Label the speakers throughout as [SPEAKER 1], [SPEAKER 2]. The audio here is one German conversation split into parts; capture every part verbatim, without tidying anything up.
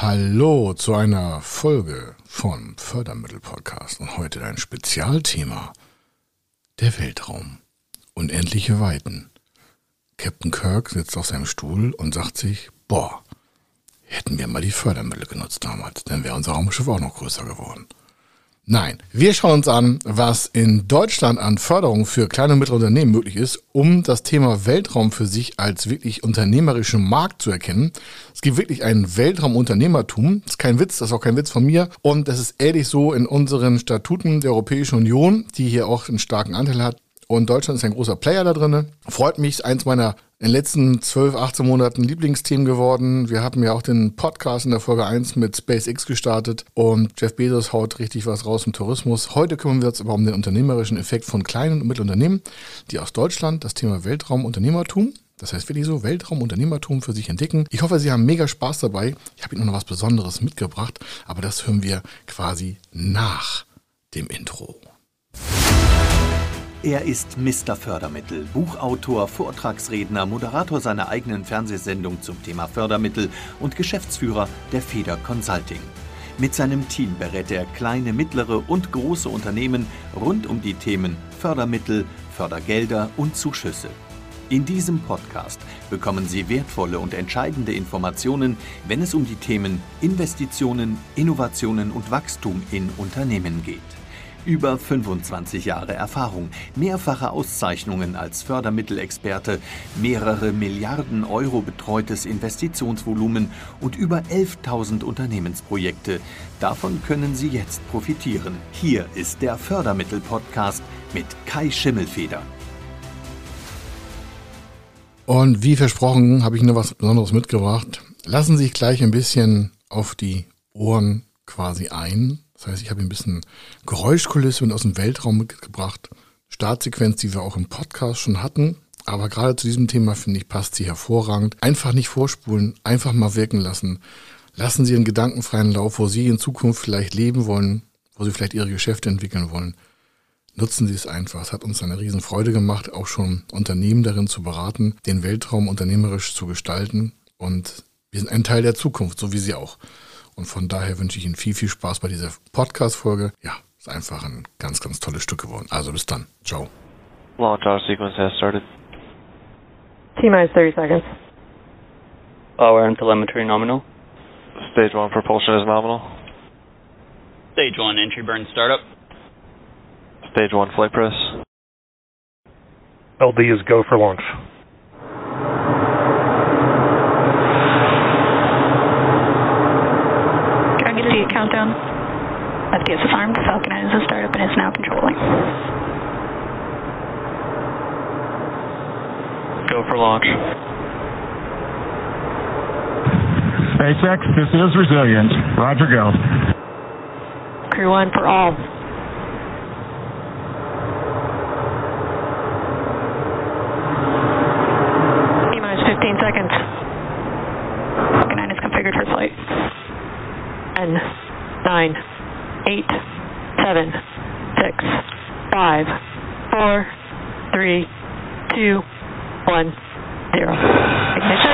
[SPEAKER 1] Hallo zu einer Folge vom Fördermittel-Podcast und heute ein Spezialthema, der Weltraum, unendliche Weiten. Captain Kirk sitzt auf seinem Stuhl und sagt sich, boah, hätten wir mal die Fördermittel genutzt damals, dann wäre unser Raumschiff auch noch größer geworden. Nein, wir schauen uns an, was in Deutschland an Förderung für kleine und mittlere Unternehmen möglich ist, um das Thema Weltraum für sich als wirklich unternehmerischen Markt zu erkennen. Es gibt wirklich ein Weltraumunternehmertum. Das ist kein Witz, das ist auch kein Witz von mir. Und das ist ähnlich so in unseren Statuten der Europäischen Union, die hier auch einen starken Anteil hat. Und Deutschland ist ein großer Player da drin. Freut mich, eins meiner in den letzten zwölf, achtzehn Monaten Lieblingsthemen geworden. Wir haben ja auch den Podcast in der Folge eins mit SpaceX gestartet und Jeff Bezos haut richtig was raus im Tourismus. Heute kümmern wir uns aber um den unternehmerischen Effekt von kleinen und mittleren Unternehmen, die aus Deutschland das Thema Weltraumunternehmertum, das heißt wirklich so Weltraumunternehmertum für sich entdecken. Ich hoffe, Sie haben mega Spaß dabei. Ich habe Ihnen noch was Besonderes mitgebracht, aber das hören wir quasi nach dem Intro.
[SPEAKER 2] Er ist Mister Fördermittel, Buchautor, Vortragsredner, Moderator seiner eigenen Fernsehsendung zum Thema Fördermittel und Geschäftsführer der Feder Consulting. Mit seinem Team berät er kleine, mittlere und große Unternehmen rund um die Themen Fördermittel, Fördergelder und Zuschüsse. In diesem Podcast bekommen Sie wertvolle und entscheidende Informationen, wenn es um die Themen Investitionen, Innovationen und Wachstum in Unternehmen geht. Über fünfundzwanzig Jahre Erfahrung, mehrfache Auszeichnungen als Fördermittelexperte, mehrere Milliarden Euro betreutes Investitionsvolumen und über elftausend Unternehmensprojekte. Davon können Sie jetzt profitieren. Hier ist der Fördermittel-Podcast mit Kai Schimmelfeder.
[SPEAKER 1] Und wie versprochen, habe ich noch was Besonderes mitgebracht. Lassen Sie sich gleich ein bisschen auf die Ohren quasi ein. Das heißt, ich habe ein bisschen Geräuschkulisse und aus dem Weltraum mitgebracht. Startsequenz, die wir auch im Podcast schon hatten. Aber gerade zu diesem Thema, finde ich, passt sie hervorragend. Einfach nicht vorspulen, einfach mal wirken lassen. Lassen Sie einen gedankenfreien Lauf, wo Sie in Zukunft vielleicht leben wollen, wo Sie vielleicht Ihre Geschäfte entwickeln wollen. Nutzen Sie es einfach. Es hat uns eine riesen Freude gemacht, auch schon Unternehmen darin zu beraten, den Weltraum unternehmerisch zu gestalten. Und wir sind ein Teil der Zukunft, so wie Sie auch. Und von daher wünsche ich Ihnen viel, viel Spaß bei dieser Podcast-Folge. Ja, ist einfach ein ganz, ganz tolles Stück geworden. Also bis dann. Ciao.
[SPEAKER 3] Launch auto sequence has started.
[SPEAKER 4] T-minus thirty seconds.
[SPEAKER 3] Power and telemetry nominal. Stage one propulsion is nominal.
[SPEAKER 5] Stage one entry burn startup.
[SPEAKER 3] Stage one flight press.
[SPEAKER 6] L D is go for launch.
[SPEAKER 7] Countdown. F D S is armed. Falcon nine is a startup and is now controlling.
[SPEAKER 3] Go for launch.
[SPEAKER 8] SpaceX, this is Resilient. Roger, go.
[SPEAKER 4] Crew one for all.
[SPEAKER 7] T-minus fifteen seconds. Falcon nine is configured for flight.
[SPEAKER 4] ten, nine, eight, seven, six, five, four, three, two, one, zero. Ignition.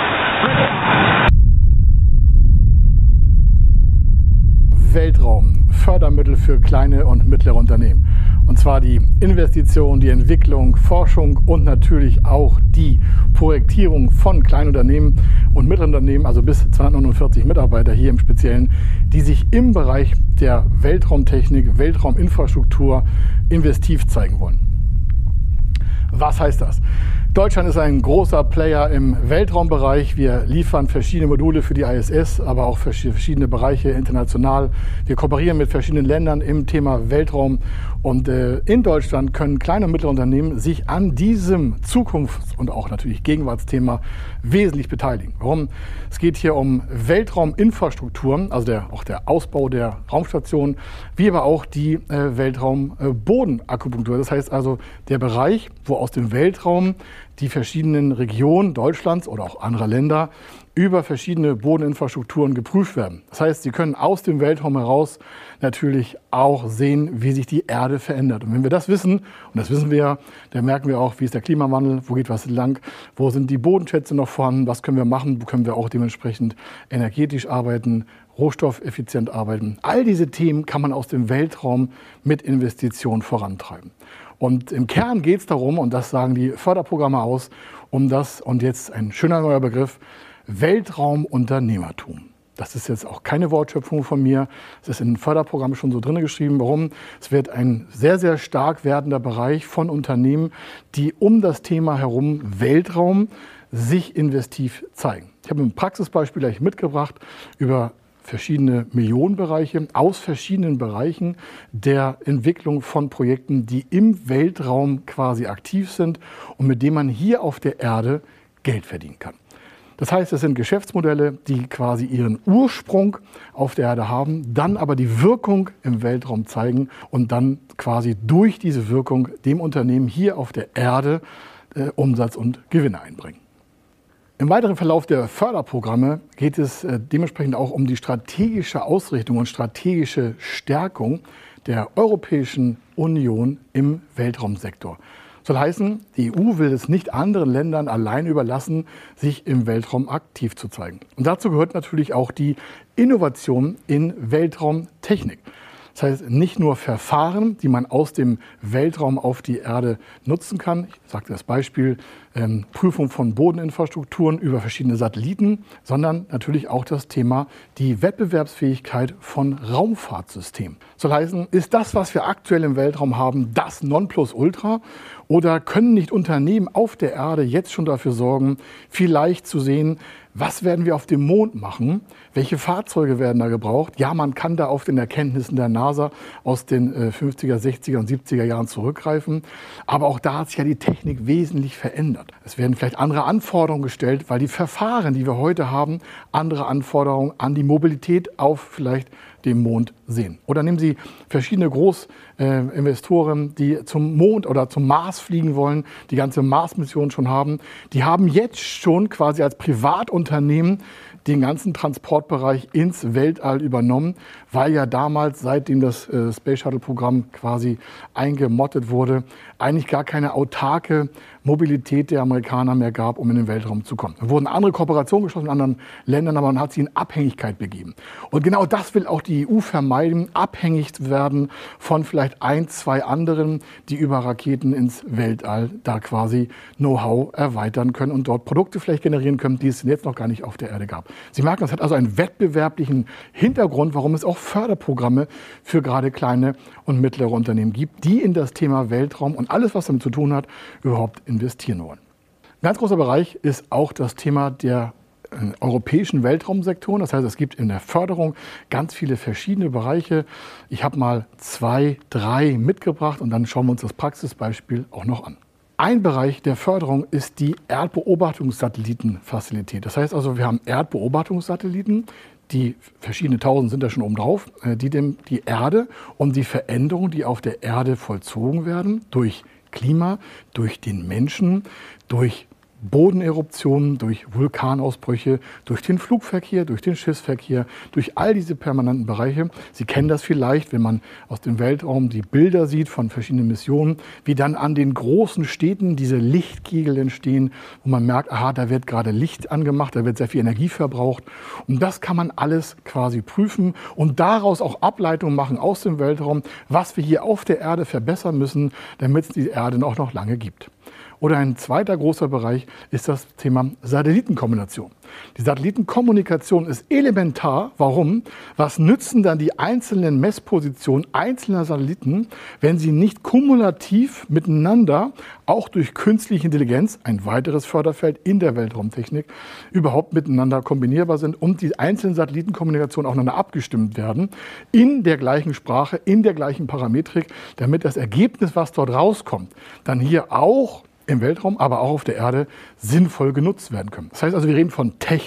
[SPEAKER 1] Weltraum, Fördermittel für kleine und mittlere Unternehmen. Und zwar die Investition, die Entwicklung, Forschung und natürlich auch die Projektierung von kleinen Unternehmen und mittleren Unternehmen, also bis zweihundertneunundvierzig Mitarbeiter hier im Speziellen, die sich im Bereich der Weltraumtechnik, Weltrauminfrastruktur investiv zeigen wollen. Was heißt das? Deutschland ist ein großer Player im Weltraumbereich. Wir liefern verschiedene Module für die I S S, aber auch für verschiedene Bereiche international. Wir kooperieren mit verschiedenen Ländern im Thema Weltraum. Und äh, in Deutschland können kleine und mittlere Unternehmen sich an diesem Zukunfts- und auch natürlich Gegenwartsthema wesentlich beteiligen. Warum? Es geht hier um Weltrauminfrastrukturen, also der, auch der Ausbau der Raumstation, wie aber auch die äh, Weltraumbodenakupunktur. Äh, das heißt also der Bereich, wo aus dem Weltraum die verschiedenen Regionen Deutschlands oder auch anderer Länder über verschiedene Bodeninfrastrukturen geprüft werden. Das heißt, Sie können aus dem Weltraum heraus natürlich auch sehen, wie sich die Erde verändert. Und wenn wir das wissen, und das wissen wir ja, dann merken wir auch, wie ist der Klimawandel, wo geht was lang, wo sind die Bodenschätze noch vorhanden, was können wir machen, wo können wir auch dementsprechend energetisch arbeiten, rohstoffeffizient arbeiten. All diese Themen kann man aus dem Weltraum mit Investitionen vorantreiben. Und im Kern geht es darum, und das sagen die Förderprogramme aus, um das, und jetzt ein schöner neuer Begriff, Weltraumunternehmertum. Das ist jetzt auch keine Wortschöpfung von mir. Es ist in den Förderprogrammen schon so drin geschrieben. Warum? Es wird ein sehr, sehr stark werdender Bereich von Unternehmen, die um das Thema herum Weltraum sich investiv zeigen. Ich habe ein Praxisbeispiel gleich mitgebracht über verschiedene Millionenbereiche aus verschiedenen Bereichen der Entwicklung von Projekten, die im Weltraum quasi aktiv sind und mit denen man hier auf der Erde Geld verdienen kann. Das heißt, es sind Geschäftsmodelle, die quasi ihren Ursprung auf der Erde haben, dann aber die Wirkung im Weltraum zeigen und dann quasi durch diese Wirkung dem Unternehmen hier auf der Erde äh, Umsatz und Gewinne einbringen. Im weiteren Verlauf der Förderprogramme geht es äh, dementsprechend auch um die strategische Ausrichtung und strategische Stärkung der Europäischen Union im Weltraumsektor. Soll heißen, die E U will es nicht anderen Ländern allein überlassen, sich im Weltraum aktiv zu zeigen. Und dazu gehört natürlich auch die Innovation in Weltraumtechnik. Das heißt, nicht nur Verfahren, die man aus dem Weltraum auf die Erde nutzen kann. Ich sagte das Beispiel, ähm, Prüfung von Bodeninfrastrukturen über verschiedene Satelliten, sondern natürlich auch das Thema die Wettbewerbsfähigkeit von Raumfahrtsystemen. Soll heißen, ist das, was wir aktuell im Weltraum haben, das Nonplusultra? Oder können nicht Unternehmen auf der Erde jetzt schon dafür sorgen, vielleicht zu sehen, was werden wir auf dem Mond machen? Welche Fahrzeuge werden da gebraucht? Ja, man kann da auf den Erkenntnissen der NASA aus den fünfziger, sechziger und siebziger Jahren zurückgreifen. Aber auch da hat sich ja die Technik wesentlich verändert. Es werden vielleicht andere Anforderungen gestellt, weil die Verfahren, die wir heute haben, andere Anforderungen an die Mobilität auf vielleicht dem Mond sehen. Oder nehmen Sie verschiedene Großinvestoren, die zum Mond oder zum Mars fliegen wollen, die ganze Mars-Mission schon haben. Die haben jetzt schon quasi als Privatunternehmen den ganzen Transportbereich ins Weltall übernommen, weil ja damals, seitdem das äh, Space Shuttle-Programm quasi eingemottet wurde, eigentlich gar keine autarke Mobilität der Amerikaner mehr gab, um in den Weltraum zu kommen. Da wurden andere Kooperationen geschlossen mit anderen Ländern, aber man hat sie in Abhängigkeit begeben. Und genau das will auch die E U vermeiden, abhängig zu werden von vielleicht ein, zwei anderen, die über Raketen ins Weltall da quasi Know-how erweitern können und dort Produkte vielleicht generieren können, die es jetzt noch gar nicht auf der Erde gab. Sie merken, das hat also einen wettbewerblichen Hintergrund, warum es auch Förderprogramme für gerade kleine und mittlere Unternehmen gibt, die in das Thema Weltraum und alles, was damit zu tun hat, überhaupt investieren wollen. Ein ganz großer Bereich ist auch das Thema der äh, europäischen Weltraumsektoren. Das heißt, es gibt in der Förderung ganz viele verschiedene Bereiche. Ich habe mal zwei, drei mitgebracht und dann schauen wir uns das Praxisbeispiel auch noch an. Ein Bereich der Förderung ist die Erdbeobachtungssatellitenfazilität. Das heißt also, wir haben Erdbeobachtungssatelliten, die verschiedene Tausend sind da schon oben drauf, die dem, die Erde und die Veränderungen, die auf der Erde vollzogen werden, durch Klima, durch den Menschen, durch Bodeneruptionen, durch Vulkanausbrüche, durch den Flugverkehr, durch den Schiffsverkehr, durch all diese permanenten Bereiche. Sie kennen das vielleicht, wenn man aus dem Weltraum die Bilder sieht von verschiedenen Missionen, wie dann an den großen Städten diese Lichtkegel entstehen, wo man merkt, aha, da wird gerade Licht angemacht, da wird sehr viel Energie verbraucht. Und das kann man alles quasi prüfen und daraus auch Ableitungen machen aus dem Weltraum, was wir hier auf der Erde verbessern müssen, damit es die Erde auch noch lange gibt. Oder ein zweiter großer Bereich ist das Thema Satellitenkombination. Die Satellitenkommunikation ist elementar. Warum? Was nützen dann die einzelnen Messpositionen einzelner Satelliten, wenn sie nicht kumulativ miteinander, auch durch künstliche Intelligenz, ein weiteres Förderfeld in der Weltraumtechnik, überhaupt miteinander kombinierbar sind und die einzelnen Satellitenkommunikationen aufeinander abgestimmt werden, in der gleichen Sprache, in der gleichen Parametrik, damit das Ergebnis, was dort rauskommt, dann hier auch im Weltraum, aber auch auf der Erde sinnvoll genutzt werden können. Das heißt also, wir reden von Technik,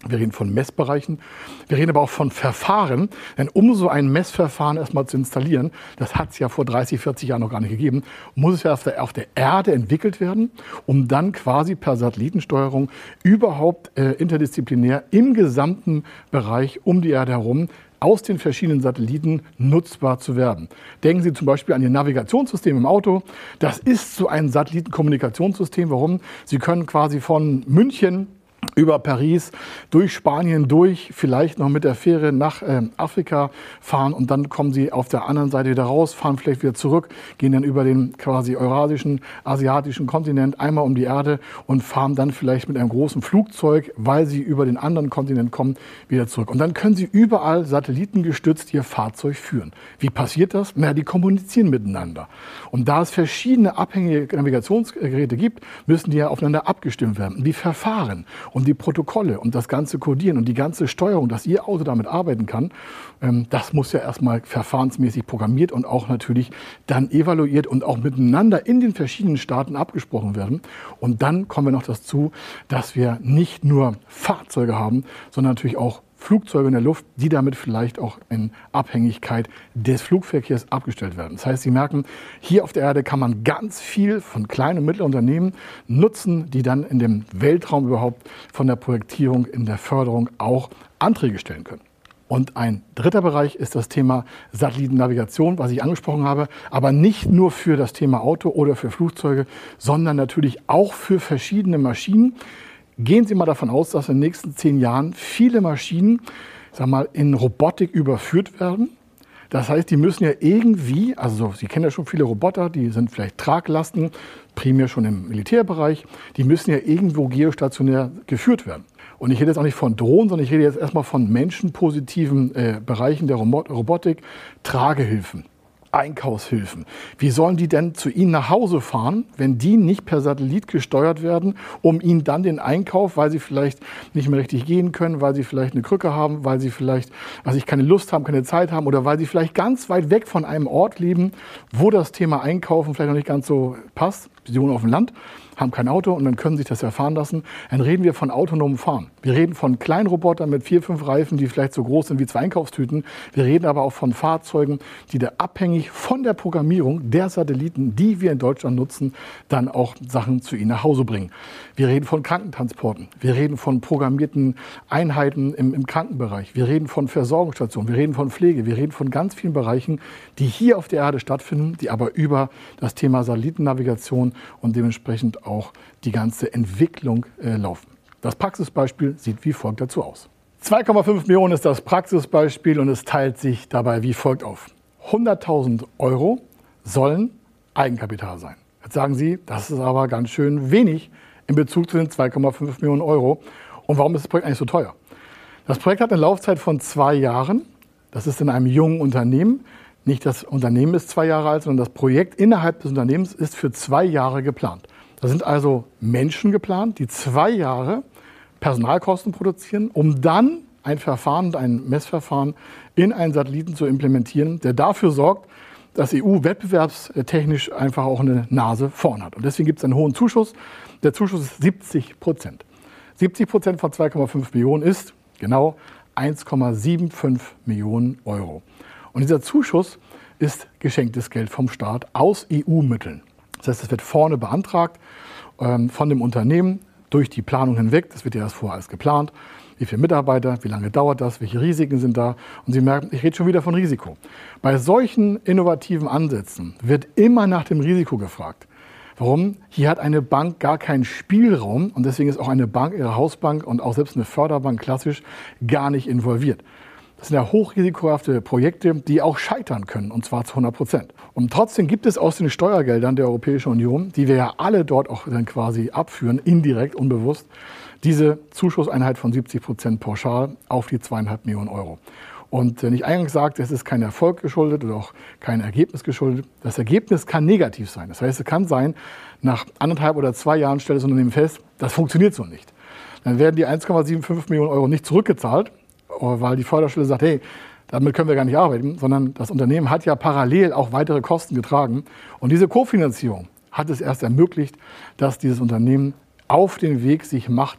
[SPEAKER 6] Wir reden von Messbereichen, wir reden aber auch von Verfahren, denn um so ein Messverfahren erstmal zu installieren, das hat es ja vor dreißig, vierzig Jahren noch gar nicht gegeben, muss es ja auf der, auf der Erde entwickelt werden, um dann quasi per Satellitensteuerung überhaupt äh, interdisziplinär im gesamten Bereich um die Erde herum aus den verschiedenen Satelliten nutzbar zu werden. Denken Sie zum Beispiel an Ihr Navigationssystem im Auto. Das ist so ein Satellitenkommunikationssystem. Warum? Sie können quasi von München über Paris, durch Spanien durch, vielleicht noch mit der Fähre nach äh, Afrika fahren und dann kommen sie auf der anderen Seite wieder raus, fahren vielleicht wieder zurück, gehen dann über den quasi eurasischen, asiatischen Kontinent einmal um die Erde und fahren dann vielleicht mit einem großen Flugzeug, weil sie über den anderen Kontinent kommen, wieder zurück. Und dann können sie überall satellitengestützt ihr Fahrzeug führen. Wie passiert das? Na, die kommunizieren miteinander. Und da es verschiedene abhängige Navigationsgeräte gibt, müssen die ja aufeinander abgestimmt werden. Die Verfahren und die Protokolle und das ganze Codieren und die ganze Steuerung, dass Ihr Auto damit arbeiten kann, ähm, das muss ja erstmal verfahrensmäßig programmiert und auch natürlich dann evaluiert und auch miteinander in den verschiedenen Staaten abgesprochen werden. Und dann kommen wir noch dazu, dass wir nicht nur Fahrzeuge haben, sondern natürlich auch Flugzeuge in der Luft, die damit vielleicht auch in Abhängigkeit des Flugverkehrs abgestellt werden. Das heißt, Sie merken, hier auf der Erde kann man ganz viel von kleinen und mittleren Unternehmen nutzen, die dann in dem Weltraum überhaupt von der Projektierung, in der Förderung auch Anträge stellen können. Und ein dritter Bereich ist das Thema Satellitennavigation, was ich angesprochen habe, aber nicht nur für das Thema Auto oder für Flugzeuge, sondern natürlich auch für verschiedene Maschinen. Gehen Sie mal davon aus, dass in den nächsten zehn Jahren viele Maschinen, sag mal, in Robotik überführt werden. Das heißt, die müssen ja irgendwie, also Sie kennen ja schon viele Roboter, die sind vielleicht Traglasten, primär schon im Militärbereich, die müssen ja irgendwo geostationär geführt werden. Und ich rede jetzt auch nicht von Drohnen, sondern ich rede jetzt erstmal von menschenpositiven äh, Bereichen der Robotik, Tragehilfen. Einkaufshilfen. Wie sollen die denn zu Ihnen nach Hause fahren, wenn die nicht per Satellit gesteuert werden, um Ihnen dann den Einkauf, weil Sie vielleicht nicht mehr richtig gehen können, weil Sie vielleicht eine Krücke haben, weil Sie vielleicht, also ich keine Lust haben, keine Zeit haben oder weil Sie vielleicht ganz weit weg von einem Ort leben, wo das Thema Einkaufen vielleicht noch nicht ganz so passt. Sie wohnen auf dem Land, haben kein Auto und dann können sich das erfahren lassen. Dann reden wir von autonomem Fahren. Wir reden von kleinen Robotern mit vier, fünf Reifen, die vielleicht so groß sind wie zwei Einkaufstüten. Wir reden aber auch von Fahrzeugen, die da abhängig von der Programmierung der Satelliten, die wir in Deutschland nutzen, dann auch Sachen zu ihnen nach Hause bringen. Wir reden von Krankentransporten. Wir reden von programmierten Einheiten im, im Krankenbereich. Wir reden von Versorgungsstationen. Wir reden von Pflege. Wir reden von ganz vielen Bereichen, die hier auf der Erde stattfinden, die aber über das Thema Satellitennavigation und dementsprechend auch die ganze Entwicklung äh, laufen. Das Praxisbeispiel sieht wie folgt dazu aus. zwei Komma fünf Millionen ist das Praxisbeispiel und es teilt sich dabei wie folgt auf. hunderttausend Euro sollen Eigenkapital sein. Jetzt sagen Sie, das ist aber ganz schön wenig in Bezug zu den zwei Komma fünf Millionen Euro. Und warum ist das Projekt eigentlich so teuer? Das Projekt hat eine Laufzeit von zwei Jahren. Das ist in einem jungen Unternehmen. Nicht das Unternehmen ist zwei Jahre alt, sondern das Projekt innerhalb des Unternehmens ist für zwei Jahre geplant. Da sind also Menschen geplant, die zwei Jahre Personalkosten produzieren, um dann ein Verfahren, ein Messverfahren in einen Satelliten zu implementieren, der dafür sorgt, dass E U wettbewerbstechnisch einfach auch eine Nase vorn hat. Und deswegen gibt es einen hohen Zuschuss. Der Zuschuss ist siebzig Prozent. siebzig Prozent von zwei Komma fünf Millionen ist genau eins Komma fünfundsiebzig Millionen Euro. Und dieser Zuschuss ist geschenktes Geld vom Staat aus E U-Mitteln. Das heißt, es wird vorne beantragt ähm, von dem Unternehmen durch die Planung hinweg. Das wird ja erst vorher alles geplant. Wie viele Mitarbeiter, wie lange dauert das, welche Risiken sind da? Und Sie merken, ich rede schon wieder von Risiko. Bei solchen innovativen Ansätzen wird immer nach dem Risiko gefragt. Warum? Hier hat eine Bank gar keinen Spielraum und deswegen ist auch eine Bank, ihre Hausbank und auch selbst eine Förderbank klassisch gar nicht involviert. Das sind ja hochrisikohafte Projekte, die auch scheitern können, und zwar zu hundert Prozent. Und trotzdem gibt es aus den Steuergeldern der Europäischen Union, die wir ja alle dort auch dann quasi abführen, indirekt, unbewusst, diese Zuschusseinheit von siebzig Prozent pauschal auf die zweieinhalb Millionen Euro. Und wenn ich eingangs sagte, es ist kein Erfolg geschuldet oder auch kein Ergebnis geschuldet, das Ergebnis kann negativ sein. Das heißt, es kann sein, nach anderthalb oder zwei Jahren stellt das Unternehmen fest, das funktioniert so nicht. Dann werden die eins Komma fünfundsiebzig Millionen Euro nicht zurückgezahlt, weil die Förderstelle sagt, hey, damit können wir gar nicht arbeiten, sondern das Unternehmen hat ja parallel auch weitere Kosten getragen. Und diese Kofinanzierung hat es erst ermöglicht, dass dieses Unternehmen auf den Weg sich macht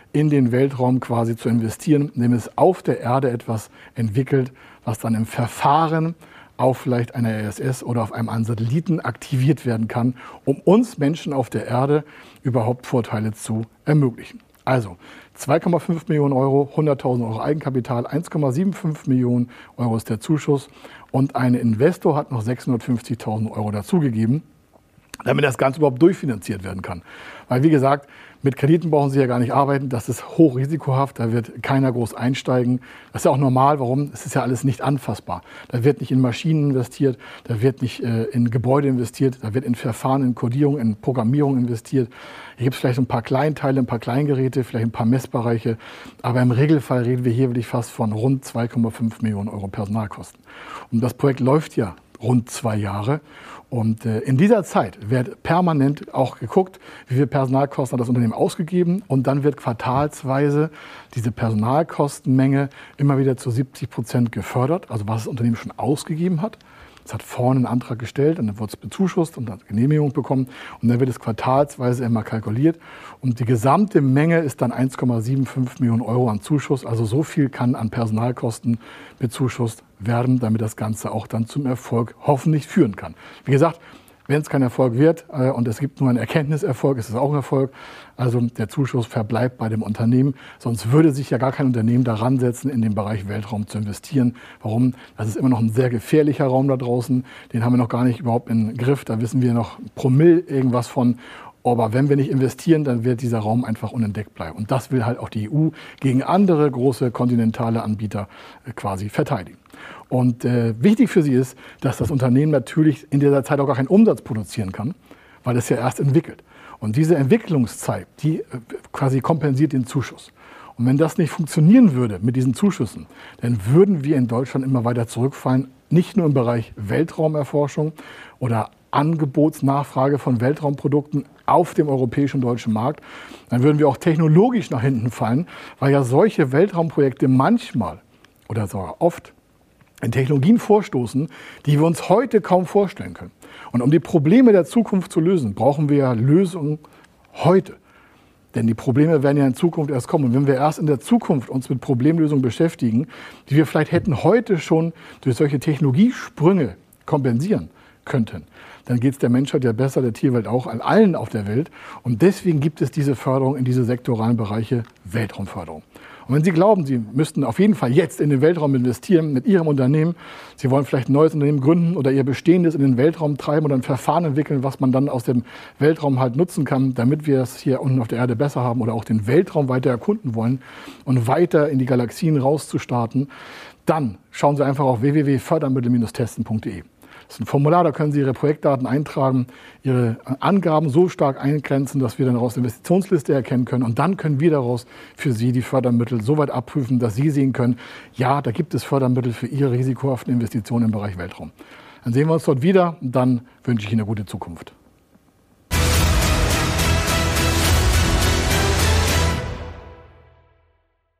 [SPEAKER 6] in den Weltraum quasi zu investieren, indem es auf der Erde etwas entwickelt, was dann im Verfahren auf vielleicht einer I S S oder auf einem anderen Satelliten aktiviert werden kann, um uns Menschen auf der Erde überhaupt Vorteile zu ermöglichen. Also zwei Komma fünf Millionen Euro, hunderttausend Euro Eigenkapital, eins Komma fünfundsiebzig Millionen Euro ist der Zuschuss und ein Investor hat noch sechshundertfünfzigtausend Euro dazugegeben, damit das Ganze überhaupt durchfinanziert werden kann. Weil, wie gesagt, mit Krediten brauchen Sie ja gar nicht arbeiten, das ist hochrisikohaft, da wird keiner groß einsteigen. Das ist ja auch normal, warum? Es ist ja alles nicht anfassbar. Da wird nicht in Maschinen investiert, da wird nicht äh, in Gebäude investiert, da wird in Verfahren, in Codierung, in Programmierung investiert. Hier gibt es vielleicht ein paar Kleinteile, ein paar Kleingeräte, vielleicht ein paar Messbereiche, aber im Regelfall reden wir hier wirklich fast von rund zwei Komma fünf Millionen Euro Personalkosten. Und das Projekt läuft ja rund zwei Jahre. Und äh, in dieser Zeit wird permanent auch geguckt, wie viel Personalkosten hat das Unternehmen ausgegeben. Und dann wird quartalsweise diese Personalkostenmenge immer wieder zu siebzig Prozent gefördert, also was das Unternehmen schon ausgegeben hat. Es hat vorne einen Antrag gestellt und dann wird es bezuschusst und hat Genehmigung bekommen. Und dann wird es quartalsweise immer kalkuliert. Und die gesamte Menge ist dann eins Komma fünfundsiebzig Millionen Euro an Zuschuss. Also so viel kann an Personalkosten bezuschusst werden, damit das Ganze auch dann zum Erfolg hoffentlich führen kann. Wie gesagt, wenn es kein Erfolg wird äh, und es gibt nur einen Erkenntniserfolg, ist es auch ein Erfolg. Also der Zuschuss verbleibt bei dem Unternehmen. Sonst würde sich ja gar kein Unternehmen daran setzen, in den Bereich Weltraum zu investieren. Warum? Das ist immer noch ein sehr gefährlicher Raum da draußen. Den haben wir noch gar nicht überhaupt im Griff. Da wissen wir noch Promille irgendwas von. Aber wenn wir nicht investieren, dann wird dieser Raum einfach unentdeckt bleiben. Und das will halt auch die E U gegen andere große kontinentale Anbieter äh, quasi verteidigen. Und äh, wichtig für sie ist, dass das Unternehmen natürlich in dieser Zeit auch gar keinen Umsatz produzieren kann, weil es ja erst entwickelt. Und diese Entwicklungszeit, die äh, quasi kompensiert den Zuschuss. Und wenn das nicht funktionieren würde mit diesen Zuschüssen, dann würden wir in Deutschland immer weiter zurückfallen, nicht nur im Bereich Weltraumerforschung oder Angebotsnachfrage von Weltraumprodukten auf dem europäischen und deutschen Markt, dann würden wir auch technologisch nach hinten fallen, weil ja solche Weltraumprojekte manchmal oder sogar oft in Technologien vorstoßen, die wir uns heute kaum vorstellen können. Und um die Probleme der Zukunft zu lösen, brauchen wir ja Lösungen heute. Denn die Probleme werden ja in Zukunft erst kommen. Und wenn wir erst in der Zukunft uns mit Problemlösungen beschäftigen, die wir vielleicht hätten heute schon durch solche Technologiesprünge kompensieren könnten, dann geht es der Menschheit ja besser, der Tierwelt auch, an allen auf der Welt. Und deswegen gibt es diese Förderung in diese sektoralen Bereiche Weltraumförderung. Und wenn Sie glauben, Sie müssten auf jeden Fall jetzt in den Weltraum investieren mit Ihrem Unternehmen, Sie wollen vielleicht ein neues Unternehmen gründen oder Ihr bestehendes in den Weltraum treiben oder ein Verfahren entwickeln, was man dann aus dem Weltraum halt nutzen kann, damit wir es hier unten auf der Erde besser haben oder auch den Weltraum weiter erkunden wollen und weiter in die Galaxien rauszustarten, dann schauen Sie einfach auf w w w punkt fördermittel Bindestrich testen punkt de. Das ist ein Formular, da können Sie Ihre Projektdaten eintragen, Ihre Angaben so stark eingrenzen, dass wir dann daraus eine Investitionsliste erkennen können. Und dann können wir daraus für Sie die Fördermittel so weit abprüfen, dass Sie sehen können, ja, da gibt es Fördermittel für Ihre risikohaften Investitionen im Bereich Weltraum. Dann sehen wir uns dort wieder und dann wünsche ich Ihnen eine gute Zukunft.